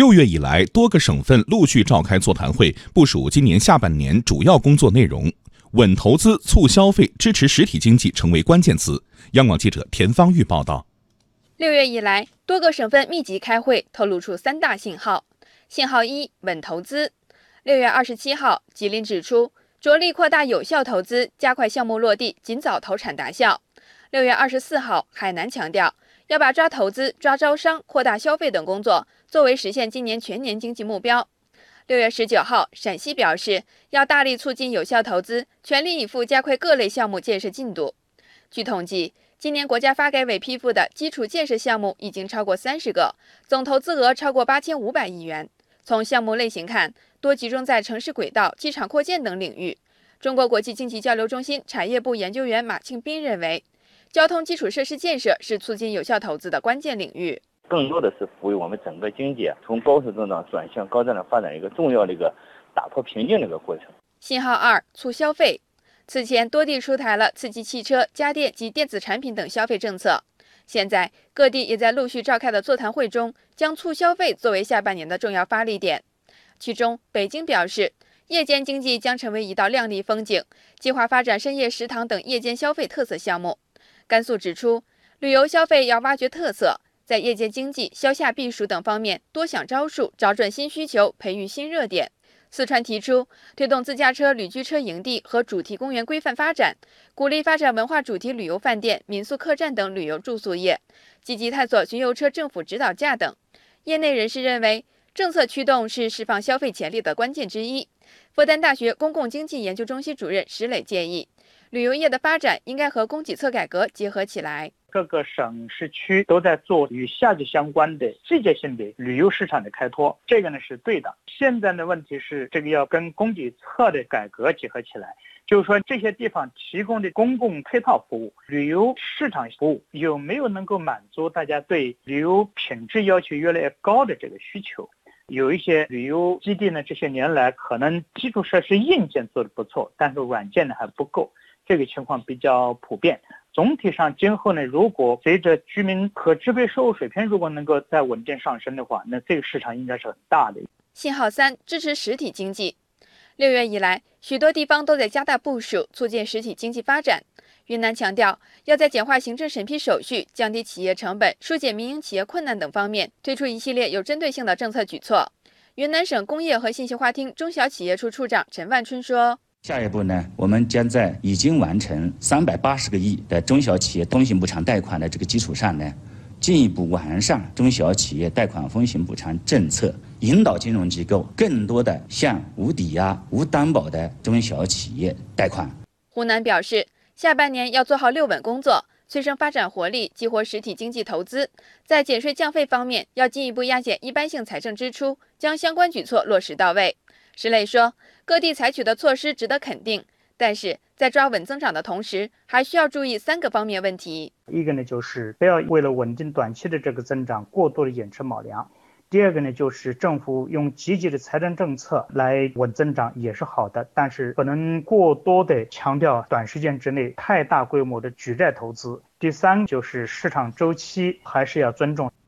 6月以来，多个省份陆续召开座谈会，部署今年下半年主要工作内容。稳投资、促消费、支持实体经济成为关键词。央广记者田方玉报道。 6月以来，多个省份密集开会，透露出3大信号。信号1：稳投资。6月27号，吉林指出，着力扩大有效投资，加快项目落地，尽早投产达效。6月24号，海南强调，要把抓投资、抓招商、扩大消费等工作作为实现今年全年经济目标。6月19号，陕西表示，要大力促进有效投资，全力以赴加快各类项目建设进度。据统计，今年国家发改委批复的基础建设项目已经超过30个，总投资额超过8500亿元。从项目类型看，多集中在城市轨道、机场扩建等领域。中国国际经济交流中心产业部研究员马庆斌认为，交通基础设施建设是促进有效投资的关键领域， 更多的是服务我们整个经济从高速增长转向高质量发展一个重要的一个打破瓶颈的一个过程。 信号2：促消费。此前多地出台了刺激汽车、家电及电子产品等消费政策，现在各地也在陆续召开的座谈会中，将促消费作为下半年的重要发力点。其中，北京表示，夜间经济将成为一道亮丽风景，计划发展深夜食堂等夜间消费特色项目。甘肃指出，旅游消费要挖掘特色，在夜间经济、消夏避暑等方面多想招数，找准新需求，培育新热点。四川提出推动自驾车、旅居车营地和主题公园规范发展，鼓励发展文化主题旅游饭店、民宿客栈等旅游住宿业，积极探索巡游车政府指导价等。业内人士认为，政策驱动是释放消费潜力的关键之一。复旦大学公共经济研究中心主任石磊建议，旅游业的发展应该和供给侧改革结合起来。 各个省市区都在做与夏季相关的季节性的旅游市场的开拓，这个呢是对的。现在的问题是，这个要跟供给侧的改革结合起来，就是说这些地方提供的公共配套服务、旅游市场服务有没有能够满足大家对旅游品质要求越来越高的这个需求。有一些旅游基地呢，这些年来可能基础设施硬件做得不错，但是软件呢还不够，这个情况比较普遍。总体上，今后呢，如果随着居民可支配收入水平如果能够再稳定上升的话，那这个市场应该是很大的。 信号3：支持实体经济。6月以来，许多地方都在加大部署，促进实体经济发展。云南强调，要在简化行政审批手续、降低企业成本、疏解民营企业困难等方面，推出一系列有针对性的政策举措。云南省工业和信息化厅中小企业处处长陈万春说， 下一步呢，我们将在已经完成380个亿的中小企业风险补偿贷款的这个基础上呢，进一步完善中小企业贷款风险补偿政策，引导金融机构更多的向无抵押、无担保的中小企业贷款。 湖南表示，下半年要做好6稳工作，催生发展活力，激活实体经济投资。在减税降费方面，要进一步压减一般性财政支出，将相关举措落实到位。石磊说，各地采取的措施值得肯定，但是在抓稳增长的同时，还需要注意3个方面问题。 一个呢，就是不要为了稳定短期的这个增长过多的寅吃卯粮。第二个呢，就是政府用积极的财政政策来稳增长也是好的，但是不能过多的强调短时间之内太大规模的举债投资。第三就是市场周期还是要尊重。